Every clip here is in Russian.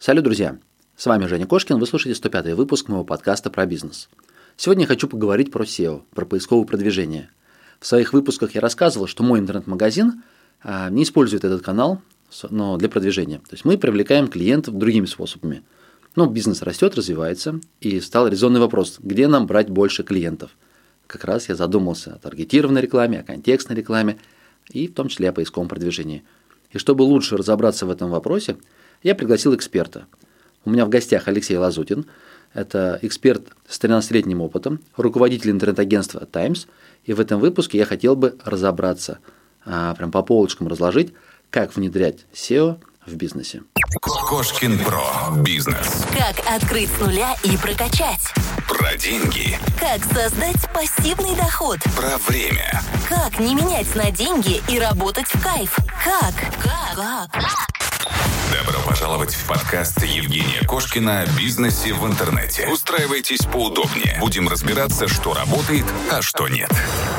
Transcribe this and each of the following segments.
Салют, друзья! С вами Женя Кошкин, вы слушаете 105-й выпуск моего подкаста про бизнес. Сегодня я хочу поговорить про SEO, про поисковое продвижение. В своих выпусках я рассказывал, что мой интернет-магазин не использует этот канал, но для продвижения. То есть мы привлекаем клиентов другими способами. Но бизнес растет, развивается, и стал резонный вопрос, где нам брать больше клиентов. Как раз я задумался о таргетированной рекламе, о контекстной рекламе и в том числе о поисковом продвижении. И чтобы лучше разобраться в этом вопросе, я пригласил эксперта. У меня в гостях Алексей Лазутин. Это эксперт с 13-летним опытом, руководитель интернет-агентства Times. И в этом выпуске я хотел бы разобраться, прям по полочкам разложить, как внедрять SEO в бизнесе. Кошкин Про. Бизнес. Как открыть с нуля и прокачать. Про деньги. Как создать пассивный доход. Про время. Как не менять на деньги и работать в кайф. Как? Добро пожаловать в подкаст Евгения Кошкина о бизнесе в интернете. Устраивайтесь поудобнее. Будем разбираться, что работает, а что нет.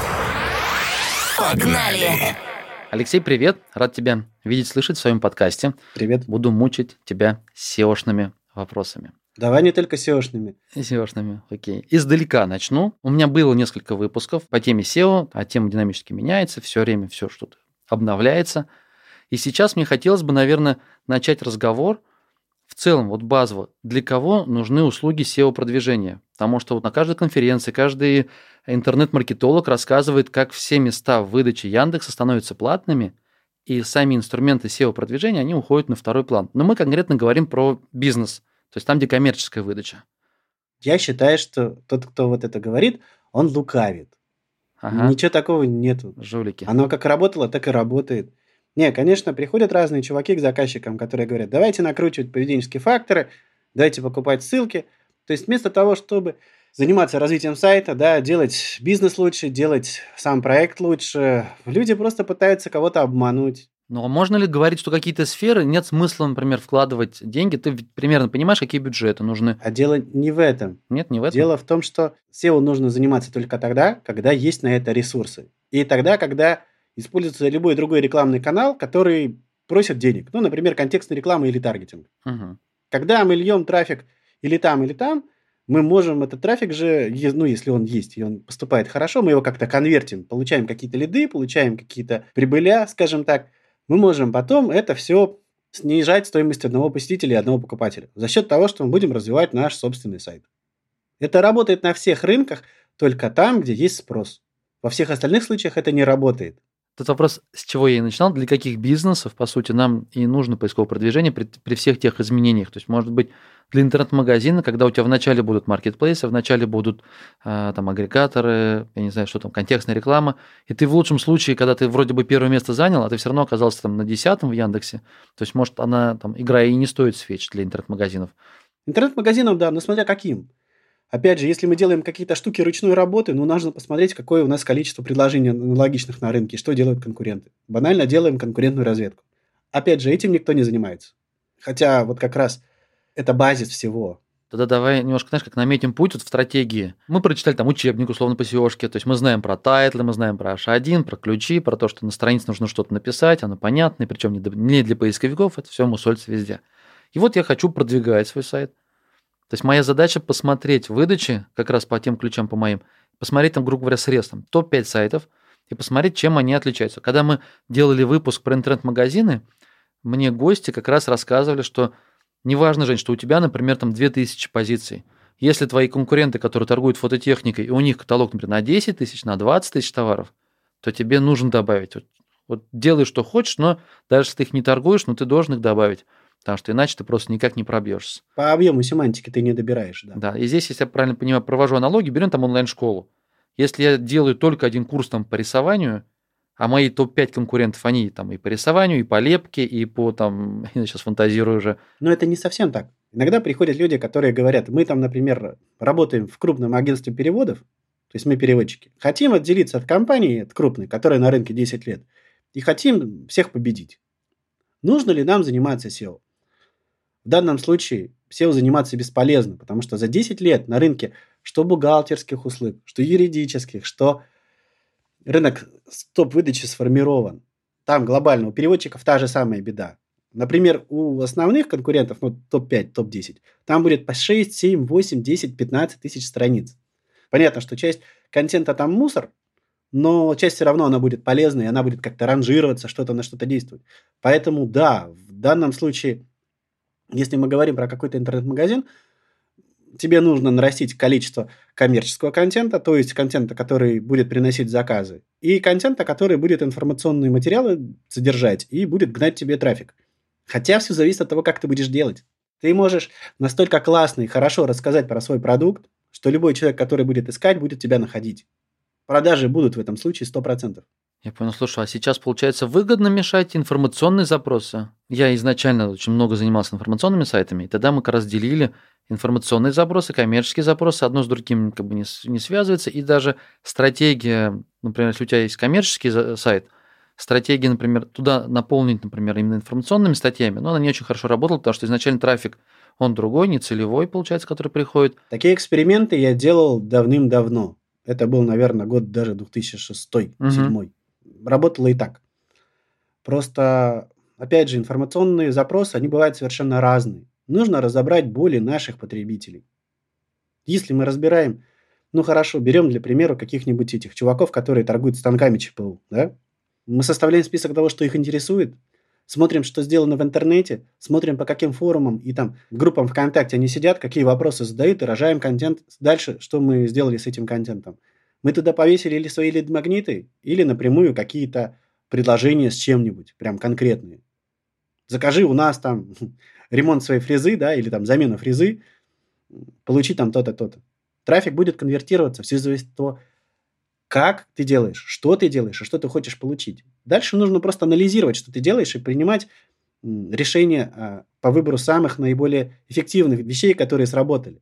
Погнали! Алексей, привет! Рад тебя видеть, слышать в своем подкасте. Привет. Буду мучить тебя SEO-шными вопросами. Давай не только SEO-шными. SEO-шными, окей. Издалека начну. У меня было несколько выпусков по теме SEO, а тема динамически меняется, все время все что-то обновляется. И сейчас мне хотелось бы, наверное, начать разговор в целом, вот базово, для кого нужны услуги SEO-продвижения. Потому что вот на каждой конференции, каждый интернет-маркетолог рассказывает, как все места в выдаче Яндекса становятся платными, и сами инструменты SEO-продвижения, они уходят на второй план. Но мы конкретно говорим про бизнес, то есть там, где коммерческая выдача. Я считаю, что тот, кто вот это говорит, он лукавит. Ага. Ничего такого нету. Жулики. Оно как работало, так и работает. Не, конечно, приходят разные чуваки к заказчикам, которые говорят, давайте накручивать поведенческие факторы, давайте покупать ссылки. То есть вместо того, чтобы заниматься развитием сайта, да, делать бизнес лучше, делать сам проект лучше, люди просто пытаются кого-то обмануть. Ну, а можно ли говорить, что какие-то сферы нет смысла, например, вкладывать деньги? Ты ведь примерно понимаешь, какие бюджеты нужны? А дело не в этом. Нет, не в этом? Дело в том, что SEO нужно заниматься только тогда, когда есть на это ресурсы. И тогда, когда используется любой другой рекламный канал, который просит денег. Ну, например, контекстная реклама или таргетинг. Угу. Когда мы льем трафик или там, мы можем этот трафик же, ну, если он есть и он поступает хорошо, мы его как-то конвертим, получаем какие-то лиды, получаем какие-то прибыля, скажем так. Мы можем потом это все снижать стоимость одного посетителя и одного покупателя за счет того, что мы будем развивать наш собственный сайт. Это работает на всех рынках, только там, где есть спрос. Во всех остальных случаях это не работает. Тот вопрос, с чего я и начинал, для каких бизнесов, по сути, нам и нужно поисковое продвижение при всех тех изменениях. То есть, может быть, для интернет-магазина, когда у тебя вначале будут маркетплейсы, вначале будут там агрегаторы, я не знаю, что там, контекстная реклама, и ты в лучшем случае, когда ты вроде бы первое место занял, а ты все равно оказался там на 10-м в Яндексе, то есть, может, она там, игра и не стоит свеч для интернет-магазинов. Интернет-магазинам, да, но смотря каким. Опять же, если мы делаем какие-то штуки ручной работы, нужно посмотреть, какое у нас количество предложений аналогичных на рынке, что делают конкуренты. Банально делаем конкурентную разведку. Опять же, этим никто не занимается. Хотя вот как раз это базис всего. Тогда давай немножко, знаешь, как наметим путь вот в стратегии. Мы прочитали там учебник, условно, по SEO-шке, то есть мы знаем про тайтлы, мы знаем про H1, про ключи, про то, что на странице нужно что-то написать, оно понятное, причем не для поисковиков, это все мусольство везде. И вот я хочу продвигать свой сайт. То есть моя задача посмотреть выдачи, как раз по тем ключам, по моим, посмотреть там, грубо говоря, срез, там, топ-5 сайтов и посмотреть, чем они отличаются. Когда мы делали выпуск про интернет-магазины, мне гости как раз рассказывали, что неважно, Жень, что у тебя, например, там 2000 позиций. Если твои конкуренты, которые торгуют фототехникой, и у них каталог, например, на 10 тысяч, на 20 тысяч товаров, то тебе нужно добавить. Вот делай, что хочешь, но даже если ты их не торгуешь, но ты должен их добавить. Потому что иначе ты просто никак не пробьешься. По объему семантики ты не добираешь. Да. Да, и здесь, если я правильно понимаю, провожу аналогию, берем там онлайн-школу. Если я делаю только один курс там по рисованию, а мои топ-5 конкурентов, они там и по рисованию, и по лепке, и по там, я сейчас фантазирую уже. Но это не совсем так. Иногда приходят люди, которые говорят, мы там, например, работаем в крупном агентстве переводов, то есть мы переводчики, хотим отделиться от компании, от крупной, которая на рынке 10 лет, и хотим всех победить. Нужно ли нам заниматься SEO? В данном случае SEO заниматься бесполезно, потому что за 10 лет на рынке что бухгалтерских услуг, что юридических, что рынок топ-выдачи сформирован. Там глобально у переводчиков та же самая беда. Например, у основных конкурентов, ну, топ-5, топ-10, там будет по 6, 7, 8, 10, 15 тысяч страниц. Понятно, что часть контента там мусор, но часть все равно она будет полезной, она будет как-то ранжироваться, что-то на что-то действовать. Поэтому, да, в данном случае, если мы говорим про какой-то интернет-магазин, тебе нужно нарастить количество коммерческого контента, то есть контента, который будет приносить заказы, и контента, который будет информационные материалы содержать и будет гнать тебе трафик. Хотя все зависит от того, как ты будешь делать. Ты можешь настолько классно и хорошо рассказать про свой продукт, что любой человек, который будет искать, будет тебя находить. Продажи будут в этом случае 100%. Я понял. Слушай, а сейчас, получается, выгодно мешать информационные запросы? Я изначально очень много занимался информационными сайтами, и тогда мы как раз делили информационные запросы, коммерческие запросы, одно с другим как бы не связывается, и даже стратегия, например, если у тебя есть коммерческий сайт, стратегия, например, туда наполнить, например, именно информационными статьями, но она не очень хорошо работала, потому что изначально трафик, он другой, не целевой, получается, который приходит. Такие эксперименты я делал давным-давно. Это был, наверное, год даже 2006-2007. Работало и так. Просто, опять же, информационные запросы, они бывают совершенно разные. Нужно разобрать боли наших потребителей. Если мы разбираем, ну хорошо, берем для примера каких-нибудь этих чуваков, которые торгуют станками ЧПУ, да? Мы составляем список того, что их интересует, смотрим, что сделано в интернете, смотрим, по каким форумам и там группам ВКонтакте они сидят, какие вопросы задают, и рожаем контент. Дальше, что мы сделали с этим контентом? Мы туда повесили или свои лид-магниты, или напрямую какие-то предложения с чем-нибудь, прям конкретные. Закажи у нас там ремонт своей фрезы, да, или там замена фрезы, получи там то-то, то-то. Трафик будет конвертироваться, все зависит от того, как ты делаешь, и что ты хочешь получить. Дальше нужно просто анализировать, что ты делаешь, и принимать решения по выбору самых наиболее эффективных вещей, которые сработали.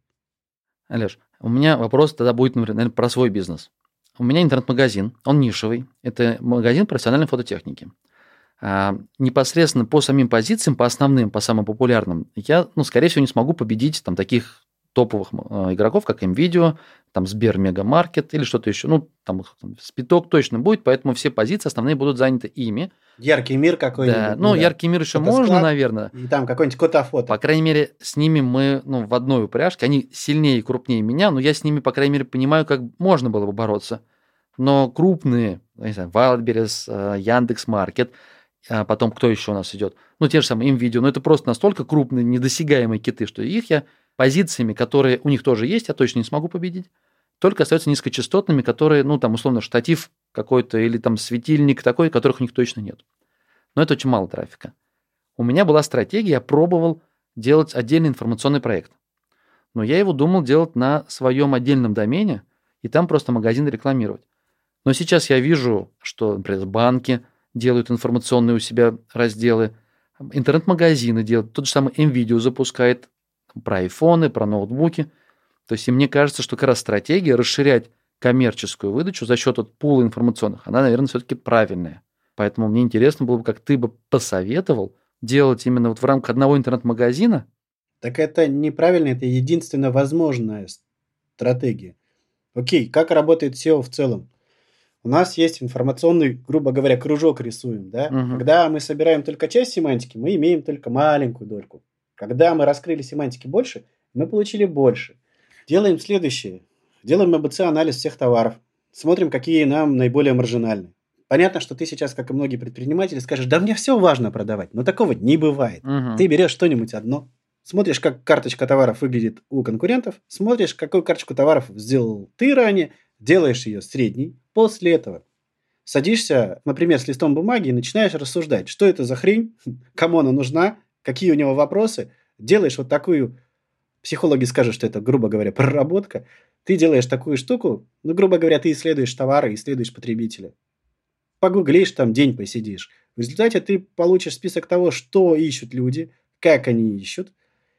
Алеш, у меня вопрос тогда будет, наверное, про свой бизнес. У меня интернет-магазин, он нишевый. Это магазин профессиональной фототехники. Непосредственно по самим позициям, по основным, по самым популярным, я, скорее всего, не смогу победить там таких топовых игроков, как МВидео, там Сбер Мегамаркет или что-то еще. Там Спиток точно будет, поэтому все позиции основные будут заняты ими. Яркий мир какой-нибудь. Да, Яркий мир еще можно, наверное. И там какой-нибудь Котофото. По крайней мере, с ними мы в одной упряжке. Они сильнее и крупнее меня, но я с ними, по крайней мере, понимаю, как можно было бы бороться. Но крупные, не знаю, Wildberries, Яндекс.Маркет, потом кто еще у нас идет? Те же самые МВидео, но это просто настолько крупные, недосягаемые киты, что их я позициями, которые у них тоже есть, я точно не смогу победить. Только остаются низкочастотными, которые, условно, штатив какой-то или там светильник такой, которых у них точно нет. Но это очень мало трафика. У меня была стратегия, я пробовал делать отдельный информационный проект. Но я его думал делать на своем отдельном домене и там просто магазин рекламировать. Но сейчас я вижу, что, например, банки делают информационные у себя разделы, интернет-магазины делают, тот же самый МВидео запускает про айфоны, про ноутбуки. То есть, и мне кажется, что как раз стратегия расширять коммерческую выдачу за счет пула информационных, она, наверное, все-таки правильная. Поэтому мне интересно было бы, как ты бы посоветовал делать именно в рамках одного интернет-магазина. Так это неправильно, это единственно возможная стратегия. Окей, как работает SEO в целом? У нас есть информационный, грубо говоря, кружок рисуем, да? Когда мы собираем только часть семантики, мы имеем только маленькую дольку. Когда мы раскрыли семантики больше, мы получили больше. Делаем следующее. Делаем АБЦ-анализ всех товаров. Смотрим, какие нам наиболее маржинальны. Понятно, что ты сейчас, как и многие предприниматели, скажешь, да мне все важно продавать. Но такого не бывает. Ты берешь что-нибудь одно, смотришь, как карточка товаров выглядит у конкурентов, смотришь, какую карточку товаров сделал ты ранее, делаешь ее средней. После этого садишься, например, с листом бумаги и начинаешь рассуждать, что это за хрень, кому она нужна, какие у него вопросы. Делаешь вот такую, психологи скажут, что это, грубо говоря, проработка. Ты делаешь такую штуку, грубо говоря, ты исследуешь товары, исследуешь потребителя. Погуглишь, там день посидишь. В результате ты получишь список того, что ищут люди, как они ищут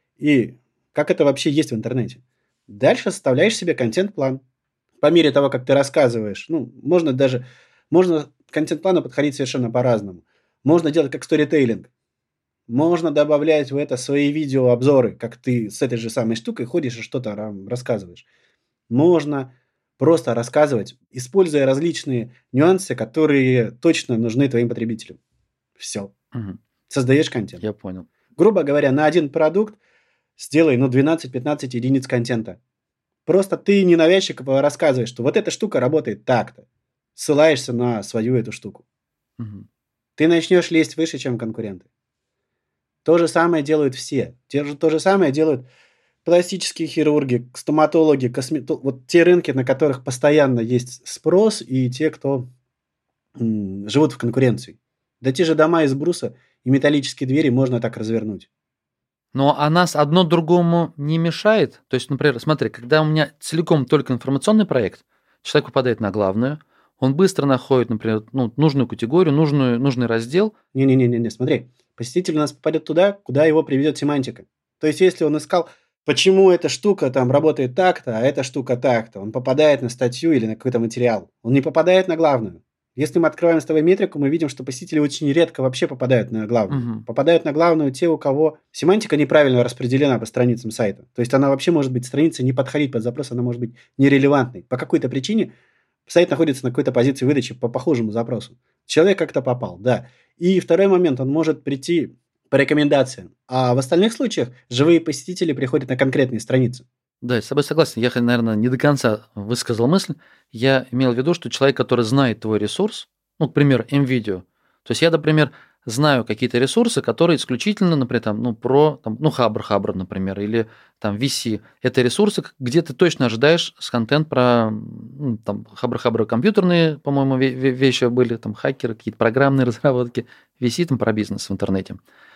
и как это вообще есть в интернете. Дальше составляешь себе контент-план. По мере того, как ты рассказываешь, можно к контент-плану подходить совершенно по-разному. Можно делать как сторитейлинг. Можно добавлять в это свои видеообзоры, как ты с этой же самой штукой ходишь и что-то рассказываешь. Можно просто рассказывать, используя различные нюансы, которые точно нужны твоим потребителям. Все. создаешь контент. Я понял. Грубо говоря, на один продукт сделай 12-15 единиц контента. Просто ты ненавязчиво рассказываешь, что вот эта штука работает так-то. Ссылаешься на свою эту штуку. Угу. Ты начнешь лезть выше, чем конкуренты. То же самое делают все. То же самое делают пластические хирурги, стоматологи, вот те рынки, на которых постоянно есть спрос, и те, кто живут в конкуренции. Да те же дома из бруса и металлические двери можно так развернуть. Но а нас одно другому не мешает? То есть, например, смотри, когда у меня целиком только информационный проект, человек попадает на главную, он быстро находит, например, нужную категорию, нужный раздел. Не, смотри. Посетитель у нас попадет туда, куда его приведет семантика. То есть, если он искал, почему эта штука там работает так-то, а эта штука так-то, он попадает на статью или на какой-то материал. Он не попадает на главную. Если мы открываем с тобой метрику, мы видим, что посетители очень редко вообще попадают на главную. Угу. Попадают на главную те, у кого семантика неправильно распределена по страницам сайта. То есть, она вообще может быть, страница не подходить под запрос, она может быть нерелевантной. По какой-то причине сайт находится на какой-то позиции выдачи по похожему запросу. Человек как-то попал, да. И второй момент, он может прийти по рекомендациям. А в остальных случаях живые посетители приходят на конкретные страницы. Да, я с тобой согласен. Я, наверное, не до конца высказал мысль. Я имел в виду, что человек, который знает твой ресурс, к примеру, MVideo. То есть я, например, знаю какие-то ресурсы, которые исключительно, например, Хабр, например, или там VC. Это ресурсы, где ты точно ожидаешь контент про Хабр компьютерные, по-моему, вещи были, там хакеры, какие-то программные разработки, VC там про бизнес в интернете.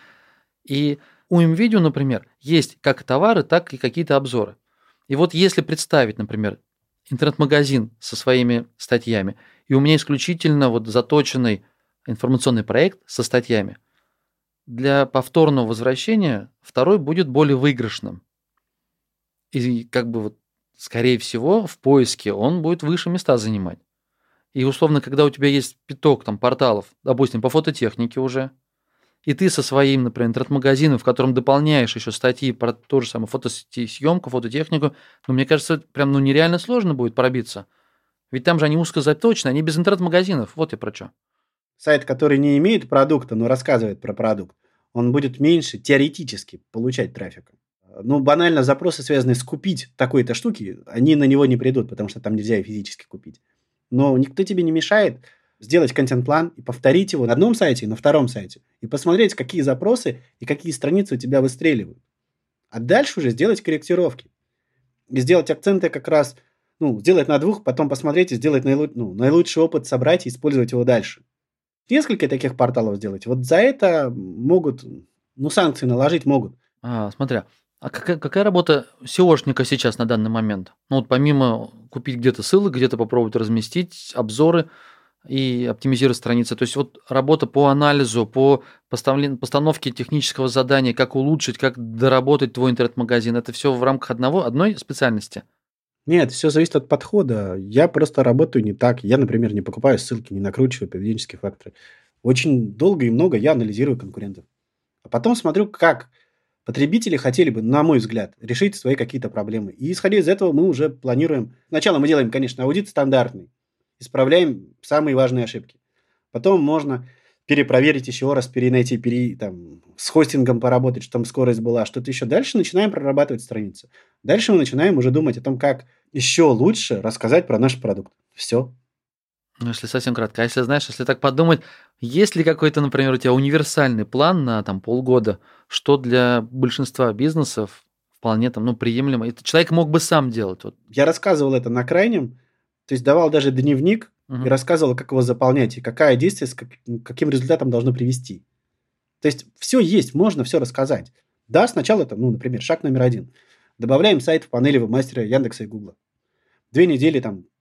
И у MVideo, например, есть как товары, так и какие-то обзоры. И вот если представить, например, интернет-магазин со своими статьями, и у меня исключительно заточенный информационный проект со статьями, для повторного возвращения второй будет более выигрышным. И скорее всего, в поиске он будет выше места занимать. И условно, когда у тебя есть пяток порталов, допустим, по фототехнике уже, и ты со своим, например, интернет-магазином, в котором дополняешь еще статьи про ту же самую фотосъемку, фототехнику, мне кажется, прям нереально сложно будет пробиться. Ведь там же они узкозаточены, они без интернет-магазинов. Вот я про что. Сайт, который не имеет продукта, но рассказывает про продукт, он будет меньше теоретически получать трафика. Банально запросы, связанные с купить такой-то штуки, они на него не придут, потому что там нельзя физически купить. Но никто тебе не мешает сделать контент-план и повторить его на одном сайте и на втором сайте. И посмотреть, какие запросы и какие страницы у тебя выстреливают. А дальше уже сделать корректировки. И сделать акценты как раз, сделать на двух, потом посмотреть и сделать наилучший опыт, собрать и использовать его дальше. Несколько таких порталов сделать. Вот за это могут, санкции наложить могут. Смотря. А какая работа SEOшника сейчас на данный момент? Помимо купить где-то ссылок, где-то попробовать разместить обзоры и оптимизировать страницы. То есть работа по анализу, по постановке технического задания, как улучшить, как доработать твой интернет-магазин. Это все в рамках одной специальности? Нет, все зависит от подхода. Я просто работаю не так. Я, например, не покупаю ссылки, не накручиваю поведенческие факторы. Очень долго и много я анализирую конкурентов. А потом смотрю, как потребители хотели бы, на мой взгляд, решить свои какие-то проблемы. И исходя из этого мы уже планируем. Сначала мы делаем, конечно, аудит стандартный. Исправляем самые важные ошибки. Потом можно перепроверить еще раз, перенайти, с хостингом поработать, чтобы там скорость была, что-то еще. Дальше начинаем прорабатывать страницу. Дальше мы начинаем уже думать о том, как еще лучше рассказать про наш продукт. Все. Если совсем кратко. А если так подумать, есть ли какой-то, например, у тебя универсальный план на полгода, что для большинства бизнесов вполне приемлемо? Это человек мог бы сам делать. Я рассказывал это на крайнем, то есть давал даже дневник и рассказывал, как его заполнять и какое действие с каким результатом должно привести. То есть все есть, можно все рассказать. Да, сначала это, например, шаг номер 1. Добавляем сайт в панели веб-мастера Яндекса и Гугла. 2 недели,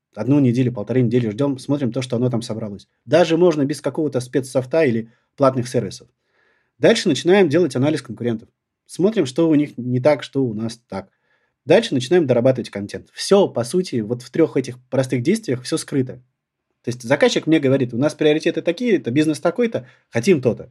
1 неделю, 1,5 недели ждем, смотрим то, что оно там собралось. Даже можно без какого-то спецсофта или платных сервисов. Дальше начинаем делать анализ конкурентов. Смотрим, что у них не так, что у нас так. Дальше начинаем дорабатывать контент. Все, по сути, в 3 этих простых действиях все скрыто. То есть заказчик мне говорит, у нас приоритеты такие, это бизнес такой-то, хотим то-то.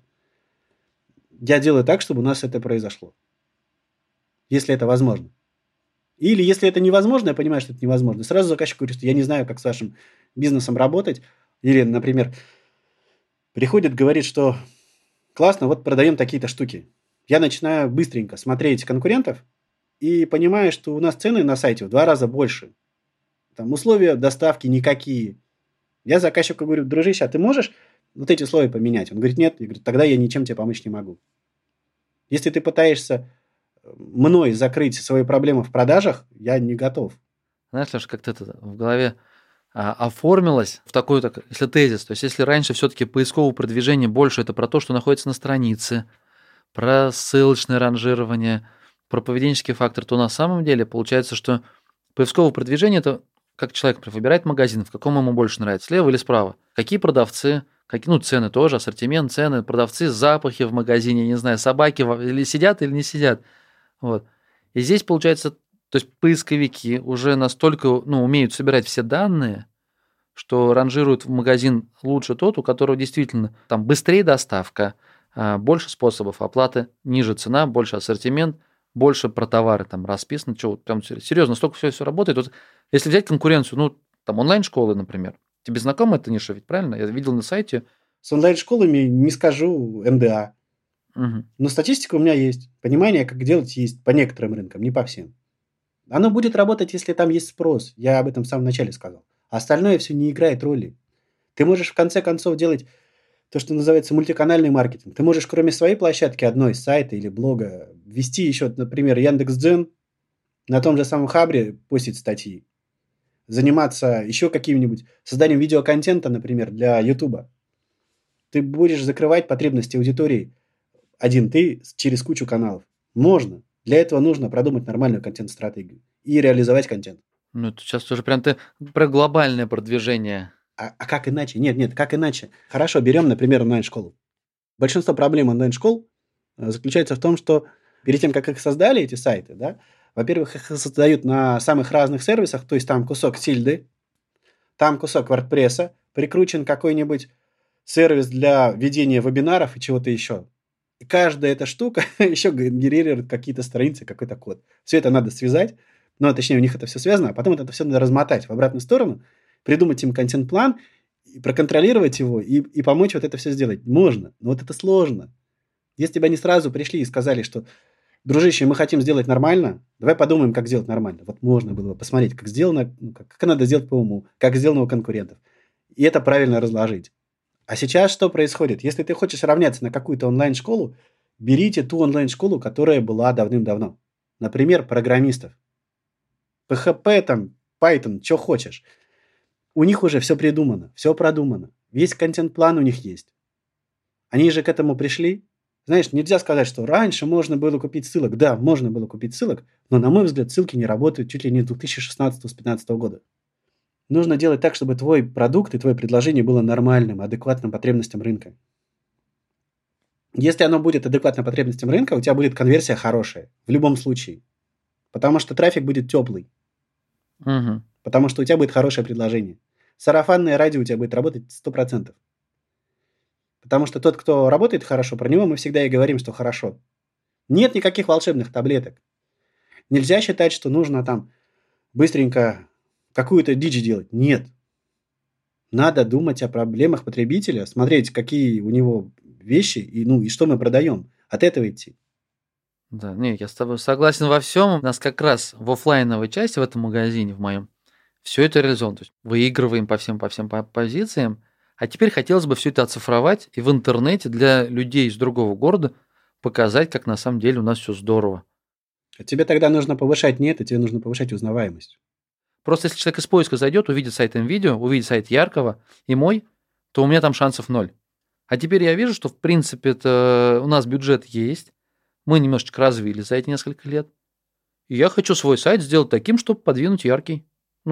Я делаю так, чтобы у нас это произошло. Если это возможно. Или если это невозможно, я понимаю, что это невозможно. Сразу заказчик говорит, что я не знаю, как с вашим бизнесом работать. Или, например, приходит, говорит, что классно, вот продаем такие-то штуки. Я начинаю быстренько смотреть конкурентов и понимаю, что у нас цены на сайте в 2 раза больше. Там условия доставки никакие. Я заказчику говорю: дружище, а ты можешь вот эти условия поменять? Он говорит: нет. Я говорю: тогда я ничем тебе помочь не могу. Если ты пытаешься мной закрыть свои проблемы в продажах, я не готов. Знаешь, Леша, как-то это в голове оформилось в такой, так, если тезис, то есть если раньше все-таки поисковое продвижение больше это про то, что находится на странице, про ссылочное ранжирование, про поведенческий фактор, то на самом деле получается, что поисковое продвижение это как человек, например, выбирает магазин, в каком ему больше нравится, слева или справа. Какие продавцы, какие, цены тоже, ассортимент, цены, продавцы, запахи в магазине, не знаю, собаки или сидят, или не сидят. Вот. И здесь получается, то есть поисковики уже настолько умеют собирать все данные, что ранжируют в магазин лучше тот, у которого действительно там быстрее доставка, больше способов оплаты, ниже цена, больше ассортимент, больше про товары там расписано, что прям серьезно, столько все работает. Вот если взять конкуренцию, там онлайн-школы, например, тебе знакома эта ниша, ведь правильно? Я видел на сайте. С онлайн-школами не скажу МДА. Угу. Но статистика у меня есть. Понимание, как делать, есть по некоторым рынкам, не по всем. Оно будет работать, если там есть спрос. Я об этом в самом начале сказал. А остальное все не играет роли. Ты можешь в конце концов делать то, что называется мультиканальный маркетинг. Ты можешь кроме своей площадки одной, сайта или блога, ввести еще, например, Яндекс.Дзен, на том же самом Хабре постить статьи, заниматься еще каким-нибудь созданием видеоконтента, например, для Ютуба. Ты будешь закрывать потребности аудитории один ты через кучу каналов. Можно. Для этого нужно продумать нормальную контент-стратегию и реализовать контент. Это сейчас уже прям ты про глобальное продвижение. А как иначе? Нет, как иначе? Хорошо, берем, например, онлайн-школу. Большинство проблем онлайн-школ заключается в том, что перед тем, как их создали, эти сайты, да, во-первых, их создают на самых разных сервисах, то есть там кусок тильды, там кусок WordPress, прикручен какой-нибудь сервис для ведения вебинаров и чего-то еще. И каждая эта штука еще генерирует какие-то страницы, какой-то код. Все это надо связать, точнее, у них это все связано, а потом это все надо размотать в обратную сторону, придумать им контент-план, и проконтролировать его и помочь вот это все сделать. Можно, но вот это сложно. Если бы они сразу пришли и сказали, что: дружище, мы хотим сделать нормально, давай подумаем, как сделать нормально. Вот можно было бы посмотреть, как сделано, как надо сделать по уму, как сделано у конкурентов. И это правильно разложить. А сейчас что происходит? Если ты хочешь равняться на какую-то онлайн-школу, берите ту онлайн-школу, которая была давным-давно. Например, программистов. PHP, там, Python, что хочешь. У них уже все придумано, все продумано. Весь контент-план у них есть. Они же к этому пришли. Знаешь, нельзя сказать, что раньше можно было купить ссылок. Да, можно было купить ссылок, но, на мой взгляд, ссылки не работают чуть ли не с 2016-2015 года. Нужно делать так, чтобы твой продукт и твое предложение было нормальным, адекватным потребностям рынка. Если оно будет адекватно потребностям рынка, у тебя будет конверсия хорошая. В любом случае. Потому что трафик будет теплый. Угу. Потому что у тебя будет хорошее предложение. Сарафанное радио у тебя будет работать 100%. Потому что тот, кто работает хорошо, про него мы всегда и говорим, что хорошо. Нет никаких волшебных таблеток. Нельзя считать, что нужно там быстренько какую-то дичь делать. Нет. Надо думать о проблемах потребителя, смотреть, какие у него вещи и что мы продаем. От этого идти. Да, я с тобой согласен во всем. У нас как раз в офлайновой части в этом магазине, в моем, все это реализовано. То есть выигрываем по всем позициям. А теперь хотелось бы все это оцифровать и в интернете для людей из другого города показать, как на самом деле у нас все здорово. Тебе тогда нужно повышать тебе нужно повышать узнаваемость. Просто если человек из поиска зайдет, увидит сайт МВидео, увидит сайт Яркого и мой, то у меня там шансов 0. А теперь я вижу, что в принципе это у нас бюджет есть, мы немножечко развили за эти несколько лет. И я хочу свой сайт сделать таким, чтобы подвинуть Яркий.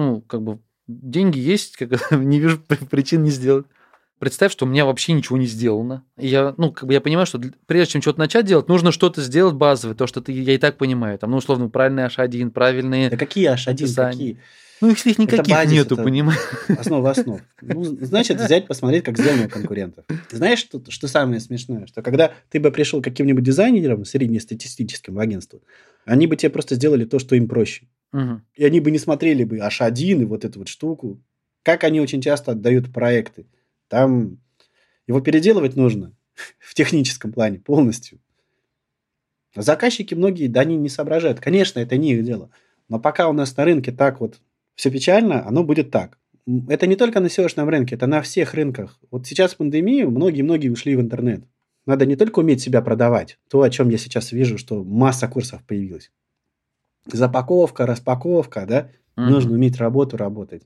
Деньги есть, не вижу причин не сделать. Представь, что у меня вообще ничего не сделано. И я понимаю, что прежде чем что-то начать делать, нужно что-то сделать базовое, то, что я и так понимаю. Там, условно, правильный H1, правильные... Да какие H1, какие? Если их никаких базис, нету, понимаешь? Основа основ. Значит, взять, посмотреть, как сделано у конкурентов. Знаешь, что самое смешное? Что когда ты бы пришел к каким-нибудь дизайнерам, среднестатистическим агентству, они бы тебе просто сделали то, что им проще. Угу. И они бы не смотрели бы H1 и вот эту вот штуку. Как они очень часто отдают проекты. Там его переделывать нужно. в техническом плане полностью. Заказчики многие, да, они не соображают. Конечно, это не их дело. Но пока у нас на рынке так вот все печально, оно будет так. Это не только на SEO-шном рынке, это на всех рынках. Вот сейчас в пандемию многие-многие ушли в интернет. Надо не только уметь себя продавать, то, о чем я сейчас вижу, что масса курсов появилась. Запаковка, распаковка, да, нужно уметь работать.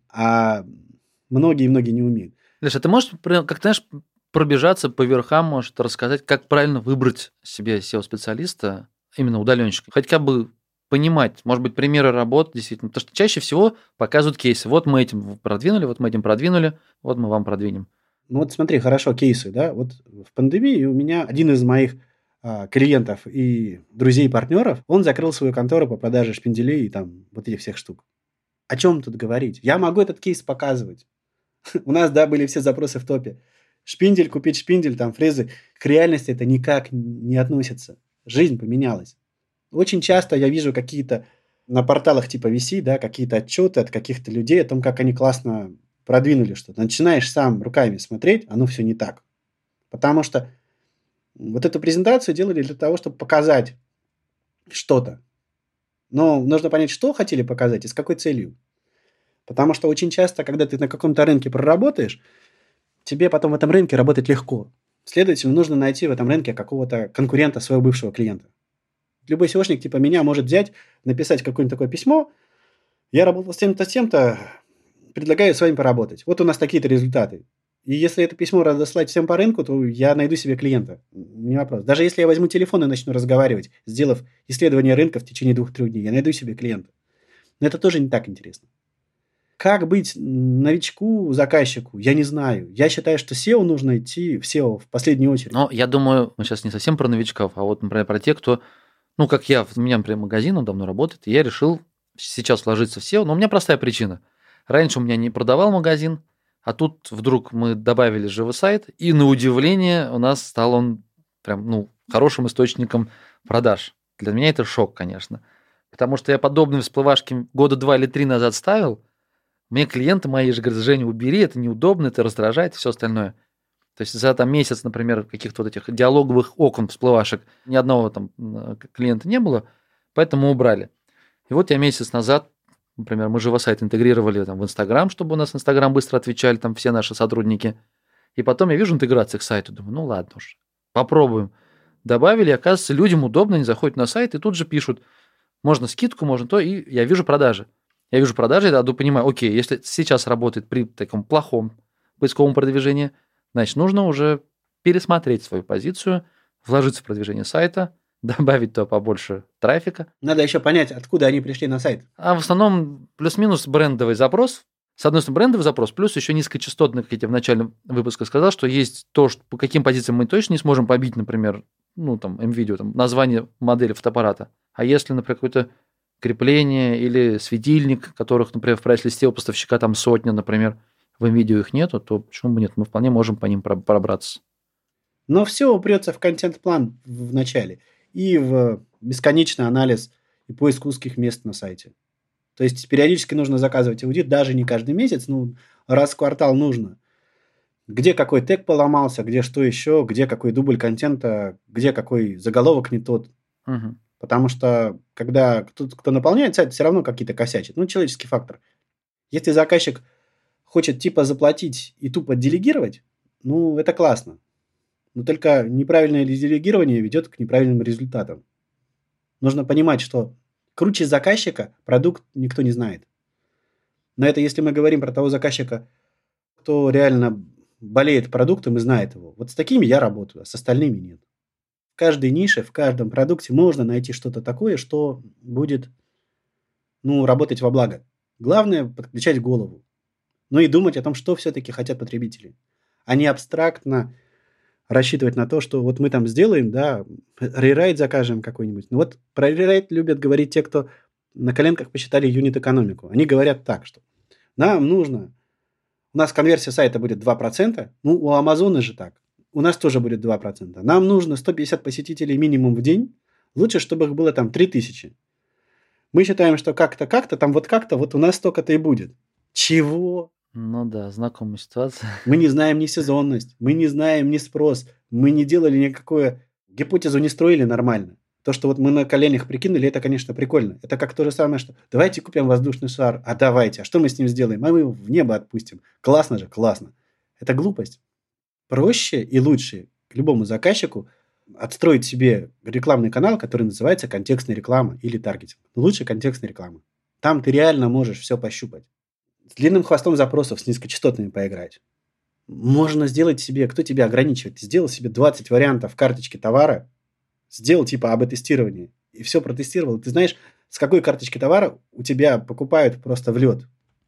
А многие-многие не умеют. Леша, ты можешь, как знаешь, пробежаться по верхам, может рассказать, как правильно выбрать себе SEO-специалиста, именно удаленщика? Хотя бы понимать, может быть, примеры работ, действительно. Потому что чаще всего показывают кейсы. Вот мы этим продвинули, вот мы этим продвинули, вот мы вам продвинем. Ну вот смотри, хорошо, кейсы, да. Вот в пандемии у меня один из моих клиентов и друзей, партнеров, он закрыл свою контору по продаже шпинделей и там вот этих всех штук. О чем тут говорить? Я могу этот кейс показывать. У нас, да, были все запросы в топе. Шпиндель, купить шпиндель, там фрезы. К реальности это никак не относится. Жизнь поменялась. Очень часто я вижу какие-то на порталах типа VC, да, какие-то отчеты от каких-то людей о том, как они классно продвинули что-то. Начинаешь сам руками смотреть, оно все не так. Потому что вот эту презентацию делали для того, чтобы показать что-то. Но нужно понять, что хотели показать и с какой целью. Потому что очень часто, когда ты на каком-то рынке проработаешь, тебе потом в этом рынке работать легко. Следовательно, нужно найти в этом рынке какого-то конкурента своего бывшего клиента. Любой SEOшник типа меня может взять, написать какое-нибудь такое письмо. Я работал с тем-то, с тем-то, предлагаю с вами поработать. Вот у нас такие-то результаты. И если это письмо разослать всем по рынку, то я найду себе клиента. Не вопрос. Даже если я возьму телефон и начну разговаривать, сделав исследование рынка в течение 2-3 дней, я найду себе клиента. Но это тоже не так интересно. Как быть новичку, заказчику? Я не знаю. Я считаю, что SEO нужно идти в SEO в последнюю очередь. Но я думаю, мы сейчас не совсем про новичков, а вот, например, про тех, кто, ну, как я, у меня, например, магазин, он давно работает, и я решил сейчас вложиться в SEO, но у меня простая причина. Раньше у меня не продавал магазин, а тут вдруг мы добавили живой сайт, и на удивление у нас стал он прям, ну, хорошим источником продаж. Для меня это шок, конечно. Потому что я подобные всплывашки 2 или 3 года назад ставил, мне клиенты мои же говорят: Женя, убери, это неудобно, это раздражает и все остальное. То есть за там месяц, например, каких-то вот этих диалоговых окон всплывашек ни одного там клиента не было, поэтому убрали. И вот я месяц назад, например, мы живосайт интегрировали там в Инстаграм, чтобы у нас Инстаграм быстро отвечали там все наши сотрудники. И потом я вижу интеграцию к сайту, думаю, ну ладно уж, попробуем. Добавили, оказывается, людям удобно, они заходят на сайт и тут же пишут, можно скидку, можно то, и я вижу продажи. Я вижу продажи, я понимаю, окей, если сейчас работает при таком плохом поисковом продвижении, значит, нужно уже пересмотреть свою позицию, вложиться в продвижение сайта, добавить туда побольше трафика. Надо еще понять, откуда они пришли на сайт. А в основном плюс-минус брендовый запрос. С одной стороны, брендовый запрос, плюс еще низкочастотный, как я тебе в начале выпуска сказал, что есть то, что, по каким позициям мы точно не сможем побить, например, ну, там, MVideo, там, название модели фотоаппарата. А если, например, какое-то крепление или светильник, которых, например, в прайс-листе у поставщика там 100, например, в MVideo их нету, то почему бы нет? Мы вполне можем по ним пробраться. Но все упрется в контент-план в начале и в бесконечный анализ и поиск узких мест на сайте. То есть периодически нужно заказывать аудит, даже не каждый месяц, ну, раз в квартал нужно. Где какой тег поломался, где что еще, где какой дубль контента, где какой заголовок не тот. Угу. Потому что, когда кто наполняет сайт, все равно какие-то косячат. Ну, человеческий фактор. Если заказчик хочет типа заплатить и тупо делегировать, ну, это классно. Но только неправильное делегирование ведет к неправильным результатам. Нужно понимать, что круче заказчика продукт никто не знает. Но это если мы говорим про того заказчика, кто реально болеет продуктом и знает его. Вот с такими я работаю, а с остальными нет. В каждой нише, в каждом продукте можно найти что-то такое, что будет, ну, работать во благо. Главное – подключать голову. Ну и думать о том, что все-таки хотят потребители. А не абстрактно рассчитывать на то, что вот мы там сделаем, да, рерайт закажем какой-нибудь. Ну вот про рерайт любят говорить те, кто на коленках посчитали юнит-экономику. Они говорят так, что нам нужно, у нас конверсия сайта будет 2%, ну у Амазона же так, у нас тоже будет 2%. Нам нужно 150 посетителей минимум в день, лучше, чтобы их было там 3000. Мы считаем, что как-то, там вот как-то, вот у нас столько-то и будет. Чего? Ну да, знакомая ситуация. Мы не знаем ни сезонность, мы не знаем ни спрос, мы не делали никакую гипотезу, не строили нормально. То, что вот мы на коленях прикинули, это, конечно, прикольно. Это как то же самое, что давайте купим воздушный шар, а давайте, а что мы с ним сделаем? А мы его в небо отпустим. Классно же, классно. Это глупость. Проще и лучше любому заказчику отстроить себе рекламный канал, который называется контекстная реклама или таргетинг. Лучше контекстная реклама. Там ты реально можешь все пощупать. С длинным хвостом запросов, с низкочастотными поиграть. Можно сделать себе, кто тебя ограничивает? Ты сделал себе 20 вариантов карточки товара, сделал типа АБ-тестирование, и все протестировал. Ты знаешь, с какой карточки товара у тебя покупают просто в лед.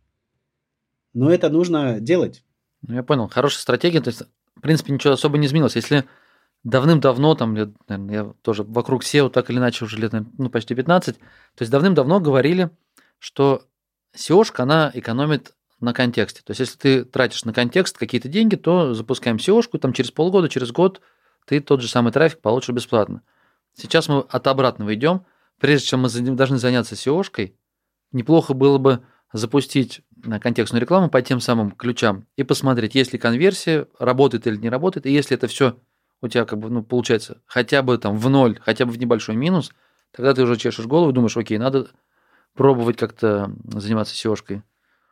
Но это нужно делать. Ну, я понял. Хорошая стратегия. То есть, в принципе, ничего особо не изменилось. Если давным-давно, там, лет, наверное, я тоже вокруг SEO так или иначе уже лет, наверное, почти 15, то есть давным-давно говорили, что SEO-шка, она экономит на контексте. То есть, если ты тратишь на контекст какие-то деньги, то запускаем SEO-шку, там через полгода, через год ты тот же самый трафик получишь бесплатно. Сейчас мы от обратного идем. Прежде чем мы должны заняться SEO-шкой, неплохо было бы запустить контекстную рекламу по тем самым ключам и посмотреть, есть ли конверсия, работает или не работает. И если это все у тебя как бы, получается хотя бы там в ноль, хотя бы в небольшой минус, тогда ты уже чешешь голову и думаешь, окей, надо пробовать как-то заниматься SEO-шкой.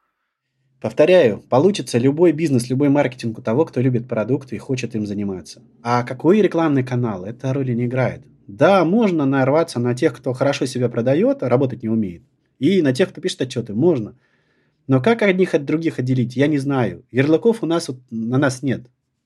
Повторяю, получится любой бизнес, любой маркетинг у того, кто любит продукт и хочет им заниматься. А какой рекламный канал, это роли не играет. Да, можно нарваться на тех, кто хорошо себя продает, а работать не умеет. И на тех, кто пишет отчеты, можно. Но как одних от других отделить, я не знаю. Ярлыков у нас на нас нет.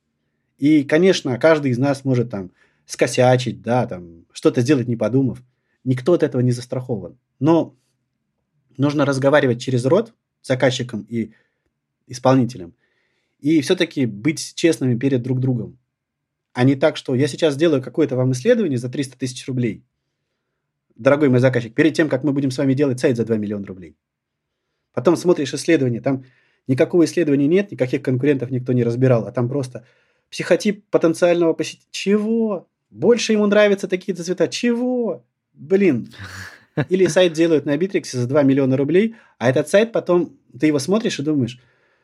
И, конечно, каждый из нас может там скосячить, да, там что-то сделать не подумав. Никто от этого не застрахован. Но нужно разговаривать через рот с заказчиком и исполнителем. И все-таки быть честными перед друг другом. А не так, что я сейчас сделаю какое-то вам исследование за 300 тысяч рублей, дорогой мой заказчик, перед тем, как мы будем с вами делать сайт за 2 миллиона рублей. Потом смотришь исследование, там никакого исследования нет, никаких конкурентов никто не разбирал, а там просто психотип потенциального посетителя. Чего? Больше ему нравятся такие-то цвета. Чего? Блин. Или сайт делают на Битриксе за 2 миллиона рублей, а этот сайт потом, ты его смотришь и думаешь,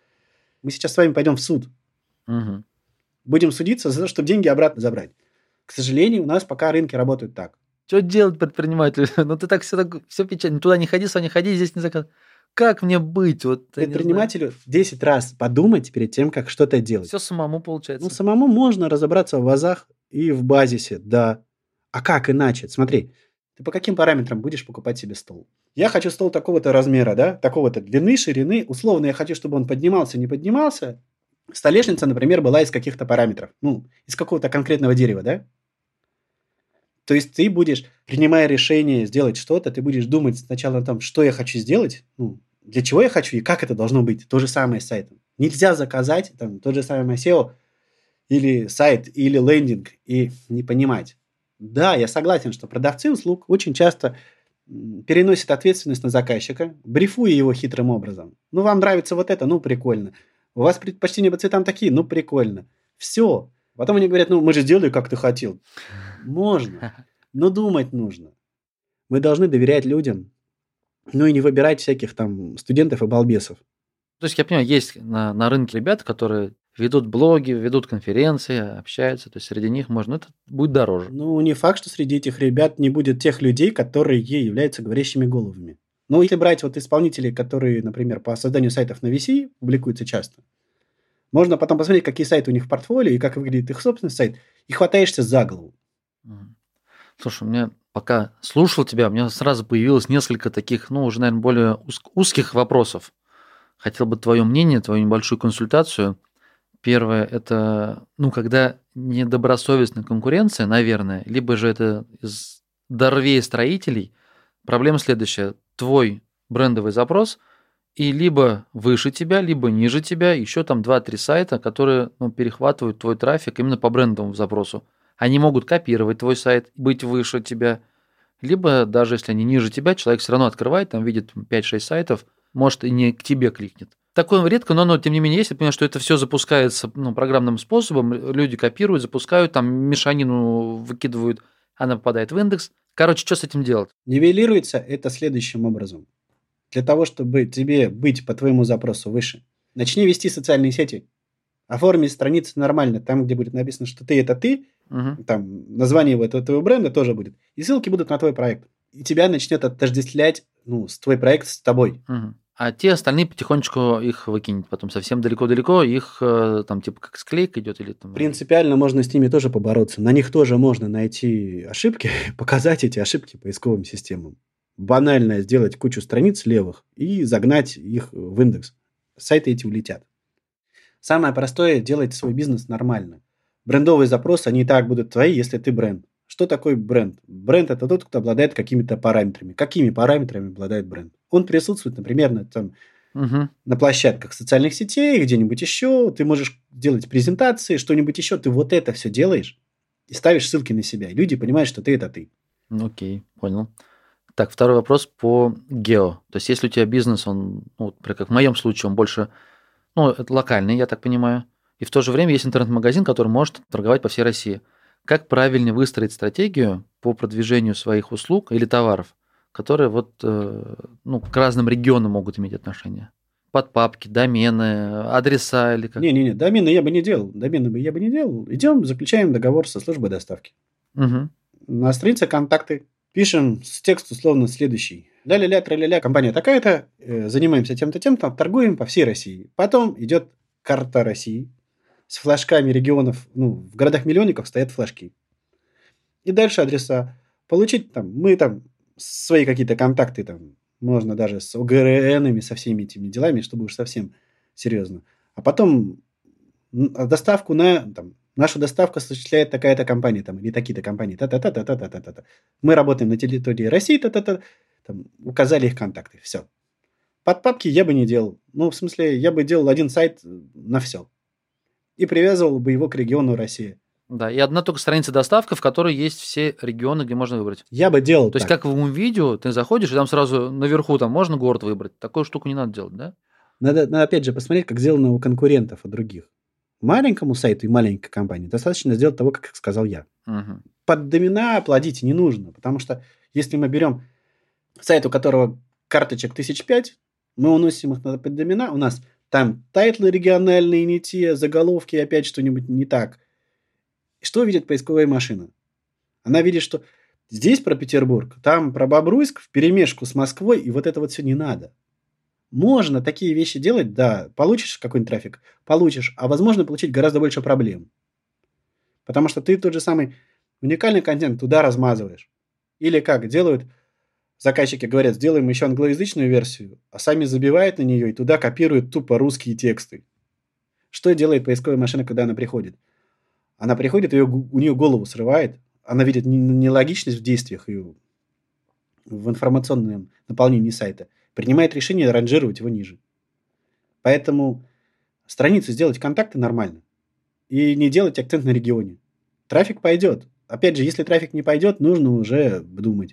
мы сейчас с вами пойдем в суд. Угу. Будем судиться за то, чтобы деньги обратно забрать. К сожалению, у нас пока рынки работают так. Что делать предпринимателю? Ну ты так все печально. Туда не ходи, сюда не ходи, здесь не заказ. Как мне быть? Вот, предпринимателю 10 раз подумать перед тем, как что-то делать. Все самому получается. Ну, самому можно разобраться в азах и в базисе, да. А как иначе? Смотри, ты по каким параметрам будешь покупать себе стол? Я хочу стол такого-то размера, да, такого-то длины, ширины. Условно я хочу, чтобы он поднимался, не поднимался. Столешница, например, была из каких-то параметров. Ну, из какого-то конкретного дерева, да? То есть ты будешь, принимая решение сделать что-то, ты будешь думать сначала о том, что я хочу сделать, для чего я хочу и как это должно быть. То же самое с сайтом. Нельзя заказать там, тот же самый SEO или сайт, или лендинг и не понимать. Да, я согласен, что продавцы услуг очень часто переносят ответственность на заказчика, брифуя его хитрым образом. Ну, вам нравится вот это, ну, прикольно. У вас предпочтения по цветам такие, ну, прикольно. Все. Потом они говорят, мы же сделали, как ты хотел. Можно, но думать нужно. Мы должны доверять людям, и не выбирать всяких там студентов и балбесов. То есть, я понимаю, есть на рынке ребята, которые ведут блоги, ведут конференции, общаются, то есть среди них можно, это будет дороже. Не факт, что среди этих ребят не будет тех людей, которые являются говорящими головами. Но если брать вот исполнителей, которые, например, по созданию сайтов на VC публикуются часто, можно потом посмотреть, какие сайты у них в портфолио и как выглядит их собственный сайт, и хватаешься за голову. Слушай, у меня пока слушал тебя, у меня сразу появилось несколько таких, уже, наверное, более узких вопросов. Хотел бы твое мнение, твою небольшую консультацию. Первое, это, когда недобросовестная конкуренция, наверное, либо же это из дорвей строителей. Проблема следующая. Твой брендовый запрос и либо выше тебя, либо ниже тебя, еще там 2-3 сайта, которые перехватывают твой трафик именно по брендовому запросу. Они могут копировать твой сайт, быть выше тебя, либо даже если они ниже тебя, человек все равно открывает, там видит 5-6 сайтов, может и не к тебе кликнет. Такое редко, но тем не менее есть. Я понимаю, что это все запускается программным способом, люди копируют, запускают, там мешанину выкидывают, она попадает в индекс. Короче, что с этим делать? Нивелируется это следующим образом. Для того, чтобы тебе быть по твоему запросу выше, Начни вести социальные сети. Оформи страницу нормально, там, где будет написано, что ты – это ты, там название этого бренда тоже будет, и ссылки будут на твой проект. И тебя начнет отождествлять, твой проект с тобой. А те остальные потихонечку их выкинет потом совсем далеко-далеко, их там типа как склейка идет или там... Принципиально можно с ними тоже побороться. На них тоже можно найти ошибки, показать эти ошибки поисковым системам. Банально сделать кучу страниц левых и загнать их в индекс. Сайты эти улетят. Самое простое – делать свой бизнес нормально. Брендовые запросы, они и так будут твои, если ты бренд. Что такое бренд? Бренд – это тот, кто обладает какими-то параметрами. Какими параметрами обладает бренд? Он присутствует, например, на площадках социальных сетей, где-нибудь еще. Ты можешь делать презентации, что-нибудь еще. Ты вот это все делаешь и ставишь ссылки на себя. И люди понимают, что ты – это ты. Окей, понял. Так, второй вопрос по гео. То есть, если у тебя бизнес, он, как в моем случае, он больше, это локальный, я так понимаю, и в то же время есть интернет-магазин, который может торговать по всей России. Как правильно выстроить стратегию по продвижению своих услуг или товаров, которые к разным регионам могут иметь отношение? Подпапки, домены, адреса или как? Не-не-не, домены я бы не делал. Идем, заключаем договор со службой доставки. На странице контакты. Пишем текст условно следующий. Ля-ля-ля, тра-ля-ля, компания такая-то, занимаемся тем-то, тем-то, торгуем по всей России. Потом идет карта России с флажками регионов. В городах-миллионниках стоят флажки. И дальше адреса. Получить мы свои какие-то контакты, можно даже с ОГРНами, со всеми этими делами, чтобы уж совсем серьезно. А потом доставку нашу доставку осуществляет такая-то компания, или такие-то компании, та-та-та-та-та-та-та-та. Мы работаем на территории России, та-та-та, указали их контакты, все. Подпапки я бы не делал. Я бы делал один сайт на все. И привязывал бы его к региону России. Да, и одна только страница доставка, в которой есть все регионы, где можно выбрать. Я бы делал То есть, как в видео, ты заходишь, и там сразу наверху можно город выбрать. Такую штуку не надо делать, да? Надо опять же посмотреть, как сделано у конкурентов, у других. Маленькому сайту и маленькой компании достаточно сделать того, как сказал я. Под домена плодить не нужно, потому что если мы берем сайт, у которого карточек 1005, мы уносим их под домена, у нас там тайтлы региональные не те, заголовки опять что-нибудь не так. Что видит поисковая машина? Она видит, что здесь про Петербург, там про Бобруйск вперемешку с Москвой, и вот это вот все не надо. Можно такие вещи делать, да, получишь какой-нибудь трафик, получишь, а возможно получить гораздо больше проблем. Потому что ты тот же самый уникальный контент туда размазываешь. Или как делают, заказчики говорят, сделаем еще англоязычную версию, а сами забивают на нее и туда копируют тупо русские тексты. Что делает поисковая машина, когда она приходит? Она приходит, у нее голову срывает, она видит нелогичность в действиях и в информационном наполнении сайта, принимает решение ранжировать его ниже. Поэтому страницу сделать контакты нормально. И не делать акцент на регионе. Трафик пойдет. Опять же, если трафик не пойдет, нужно уже думать.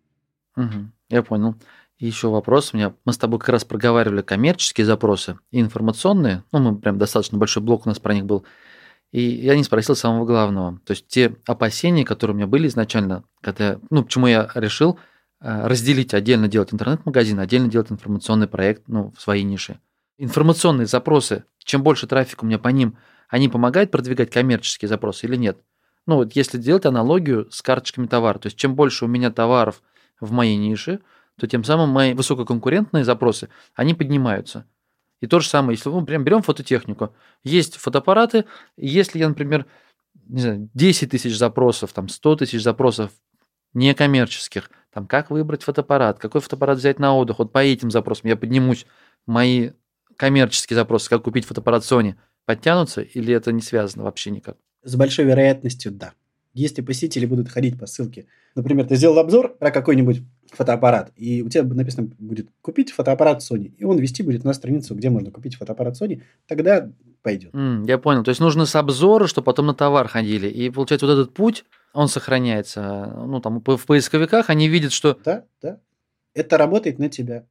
Я понял. И еще вопрос у меня. Мы с тобой как раз проговаривали коммерческие запросы и информационные. Мы прям достаточно большой блок у нас про них был. И я не спросил самого главного. То есть те опасения, которые у меня были изначально, когда, почему я решил разделить, отдельно делать интернет-магазин, отдельно делать информационный проект, в своей нише. Информационные запросы, чем больше трафика у меня по ним, они помогают продвигать коммерческие запросы или нет? Если делать аналогию с карточками товара, то есть чем больше у меня товаров в моей нише, то тем самым мои высококонкурентные запросы, они поднимаются. И то же самое, если мы прям берем фототехнику, есть фотоаппараты, если я, например, 10 тысяч запросов, 100 тысяч запросов некоммерческих, как выбрать фотоаппарат, какой фотоаппарат взять на отдых, вот по этим запросам я поднимусь, мои коммерческие запросы, как купить фотоаппарат Sony, подтянутся или это не связано вообще никак? С большой вероятностью да. Если посетители будут ходить по ссылке, например, ты сделал обзор про какой-нибудь фотоаппарат, и у тебя написано будет «купить фотоаппарат Sony», и он вести будет на страницу, где можно купить фотоаппарат Sony, тогда пойдет. Я понял. То есть нужно с обзора, чтобы потом на товар ходили. И получается, вот этот путь, он сохраняется. В поисковиках они видят, что... Да. Это работает на тебя.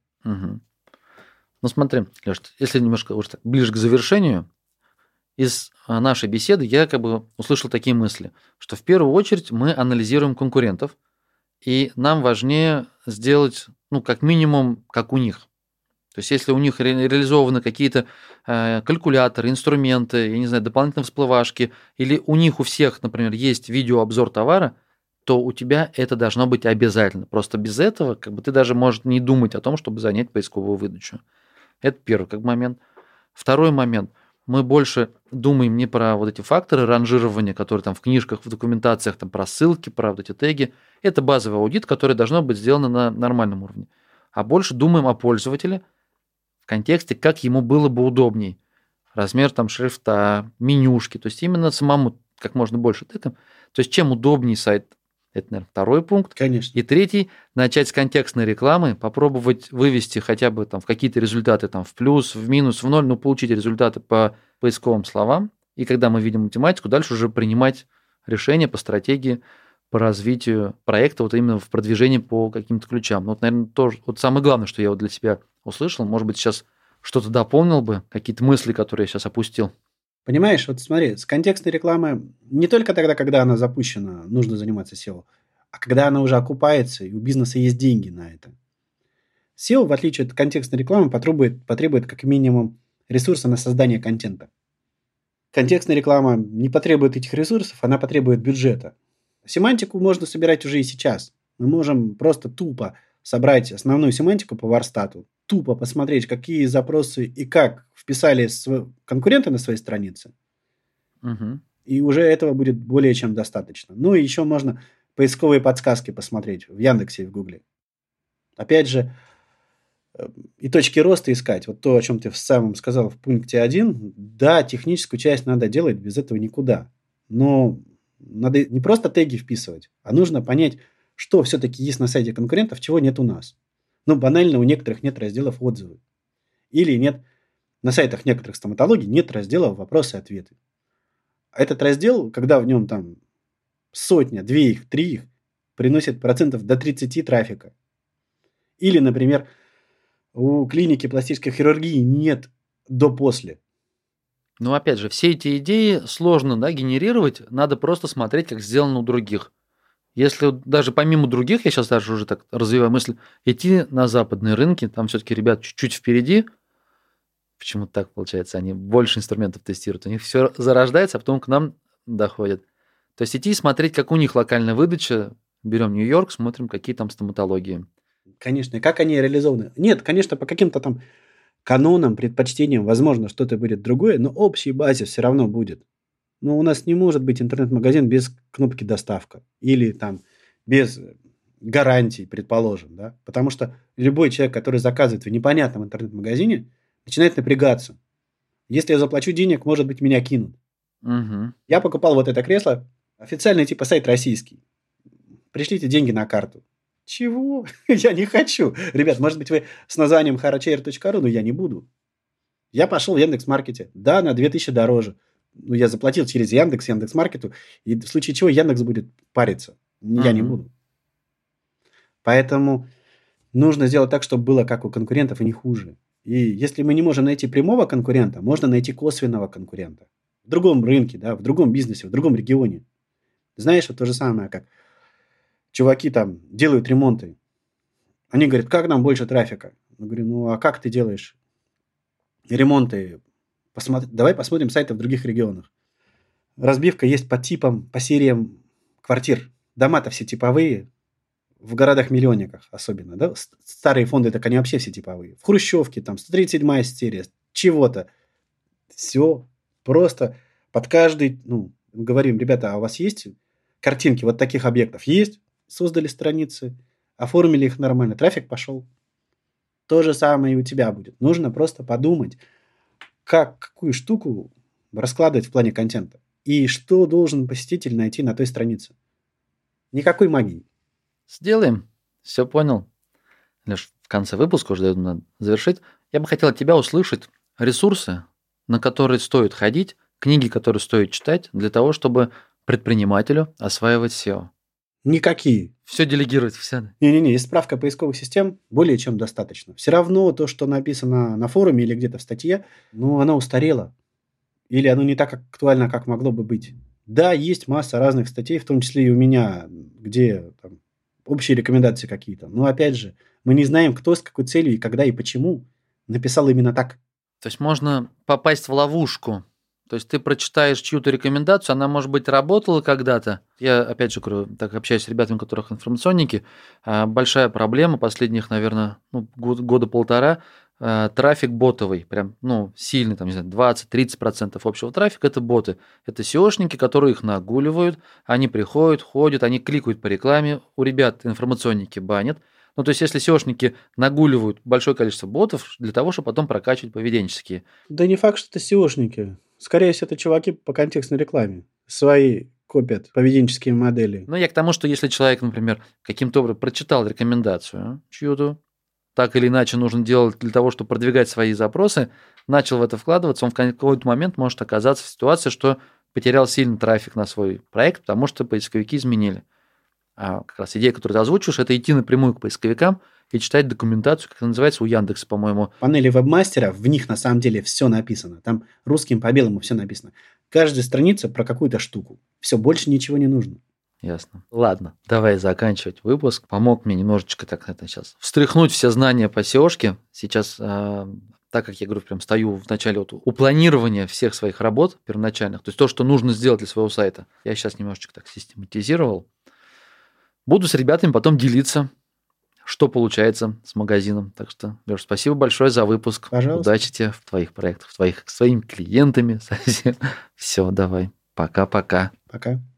Смотри, Леш, если немножко уже так ближе к завершению, из нашей беседы я услышал такие мысли, что в первую очередь мы анализируем конкурентов, и нам важнее сделать, как минимум, как у них. То есть, если у них реализованы какие-то калькуляторы, инструменты, я не знаю, дополнительные всплывашки, или у них у всех, например, есть видеообзор товара, то у тебя это должно быть обязательно. Просто без этого как бы ты даже можешь не думать о том, чтобы занять поисковую выдачу. Это первый как момент. Второй момент. Мы больше думаем не про вот эти факторы ранжирования, которые там в книжках, в документациях, там про ссылки, про вот эти теги. Это базовый аудит, который должно быть сделано на нормальном уровне. А больше думаем о пользователе в контексте, как ему было бы удобней. Размер там шрифта, менюшки. То есть именно самому как можно больше тегом. То есть чем удобнее сайт, это, наверное, второй пункт. Конечно. И третий, начать с контекстной рекламы, попробовать вывести хотя бы там в какие-то результаты, там в плюс, в минус, в ноль, но получить результаты по поисковым словам. И когда мы видим математику, дальше уже принимать решения по стратегии, по развитию проекта, вот именно в продвижении по каким-то ключам. Ну, вот, наверное, тоже вот самое главное, что я вот для себя услышал. Может быть, сейчас что-то дополнил бы, какие-то мысли, которые я сейчас опустил. Понимаешь, вот смотри, с контекстной рекламой не только тогда, когда она запущена, нужно заниматься SEO, а когда она уже окупается, и у бизнеса есть деньги на это. SEO, в отличие от контекстной рекламы, потребует как минимум ресурса на создание контента. Контекстная реклама не потребует этих ресурсов, она потребует бюджета. Семантику можно собирать уже и сейчас. Мы можем просто тупо собрать основную семантику по Варстату, тупо посмотреть, какие запросы и как вписали конкуренты на своей странице. Угу. И уже этого будет более чем достаточно. Ну и еще можно поисковые подсказки посмотреть в Яндексе и в Гугле. Опять же, и точки роста искать. Вот то, о чем ты в самом сказал в пункте 1. Да, техническую часть надо делать, без этого никуда. Но надо не просто теги вписывать, а нужно понять, что все-таки есть на сайте конкурентов, чего нет у нас. Ну, банально, у некоторых нет разделов отзывы. Или нет на сайтах некоторых стоматологий нет разделов вопросы и ответы. А этот раздел, когда в нем там сотня, 2 их, 3 их, приносит процентов до 30 трафика. Или, например, у клиники пластической хирургии нет до-после. Ну, опять же, все эти идеи сложно, да, генерировать, надо просто смотреть, как сделано у других. Если даже помимо других, я сейчас даже уже так развиваю мысль, идти на западные рынки, там все-таки ребят чуть-чуть впереди, почему так получается, они больше инструментов тестируют, у них все зарождается, а потом к нам доходит. То есть идти и смотреть, как у них локальная выдача, берем Нью-Йорк, смотрим, какие там стоматологии. Конечно, и как они реализованы. Нет, конечно, по каким-то там канонам, предпочтениям, возможно, что-то будет другое, но общей базе все равно будет. Но у нас не может быть интернет-магазин без кнопки «Доставка» или там без гарантий, предположим. Да? Потому что любой человек, который заказывает в непонятном интернет-магазине, начинает напрягаться. Если я заплачу денег, может быть, меня кинут. Угу. Я покупал вот это кресло, официальный типа сайт российский. Пришлите деньги на карту. Чего? Я не хочу. Ребят, может быть, вы с названием harachair.ru, но я не буду. Я пошел в Яндекс.Маркете. Да, на 2000 дороже. Ну, я заплатил через Яндекс.Маркету, и в случае чего Яндекс будет париться. Я не буду. Поэтому нужно сделать так, чтобы было как у конкурентов и не хуже. И если мы не можем найти прямого конкурента, можно найти косвенного конкурента. В другом рынке, да, в другом бизнесе, в другом регионе. Знаешь, вот то же самое, как чуваки там делают ремонты. Они говорят, как нам больше трафика? Я говорю, ну а как ты делаешь ремонты? Давай посмотрим сайты в других регионах. Разбивка есть по типам, по сериям квартир. Дома-то все типовые. В городах-миллионниках особенно. Да? Старые фонды, так они вообще все типовые. В Хрущевке там 137-я серия. Чего-то. Все просто под каждый... Ну, говорим, ребята, а у вас есть картинки вот таких объектов? Есть. Создали страницы, оформили их нормально. Трафик пошел. То же самое и у тебя будет. Нужно просто подумать, какую штуку раскладывать в плане контента. И что должен посетитель найти на той странице. Никакой магии. Сделаем. Все понял. Лишь в конце выпуска уже надо завершить. Я бы хотел от тебя услышать ресурсы, на которые стоит ходить, книги, которые стоит читать, для того, чтобы предпринимателю осваивать SEO. Никакие. Все делегировать, все. Не-не-не, есть справка поисковых систем более чем достаточно. Все равно то, что написано на форуме или где-то в статье, ну, оно устарело. Или оно не так актуально, как могло бы быть. Да, есть масса разных статей, в том числе и у меня, где там, общие рекомендации какие-то. Но опять же, мы не знаем, кто с какой целью и когда и почему написал именно так. То есть можно попасть в ловушку. То есть ты прочитаешь чью-то рекомендацию, она, может быть, работала когда-то. Я, опять же, говорю, так общаюсь с ребятами, у которых информационники. Большая проблема последних, наверное, года полтора. Трафик ботовый, прям, сильный, там, не знаю, 20-30% общего трафика – это боты. Это SEOшники, которые их нагуливают, они приходят, ходят, они кликают по рекламе. У ребят информационники банят. То есть, если SEOшники нагуливают большое количество ботов для того, чтобы потом прокачивать поведенческие. Да не факт, что это SEOшники. Скорее всего, это чуваки по контекстной рекламе. Свои копят поведенческие модели. Я к тому, что если человек, например, каким-то образом прочитал рекомендацию чью-то, так или иначе нужно делать для того, чтобы продвигать свои запросы, начал в это вкладываться, он в какой-то момент может оказаться в ситуации, что потерял сильный трафик на свой проект, потому что поисковики изменили. А как раз идея, которую ты озвучиваешь, это идти напрямую к поисковикам и читать документацию, как это называется, у Яндекса, по-моему. Панели вебмастера, в них на самом деле все написано. Там русским по белому все написано. Каждая страница про какую-то штуку. Все, больше ничего не нужно. Ясно. Ладно, давай заканчивать выпуск. Помог мне немножечко так это сейчас встряхнуть все знания по SEOшке. Сейчас, так как я говорю, прям стою в начале у планирования всех своих работ первоначальных, то есть то, что нужно сделать для своего сайта, я сейчас немножечко так систематизировал. Буду с ребятами потом делиться, что получается с магазином. Так что, Леш, спасибо большое за выпуск. Пожалуйста. Удачи тебе в твоих проектах, с твоими клиентами. Все, давай. Пока-пока. Пока.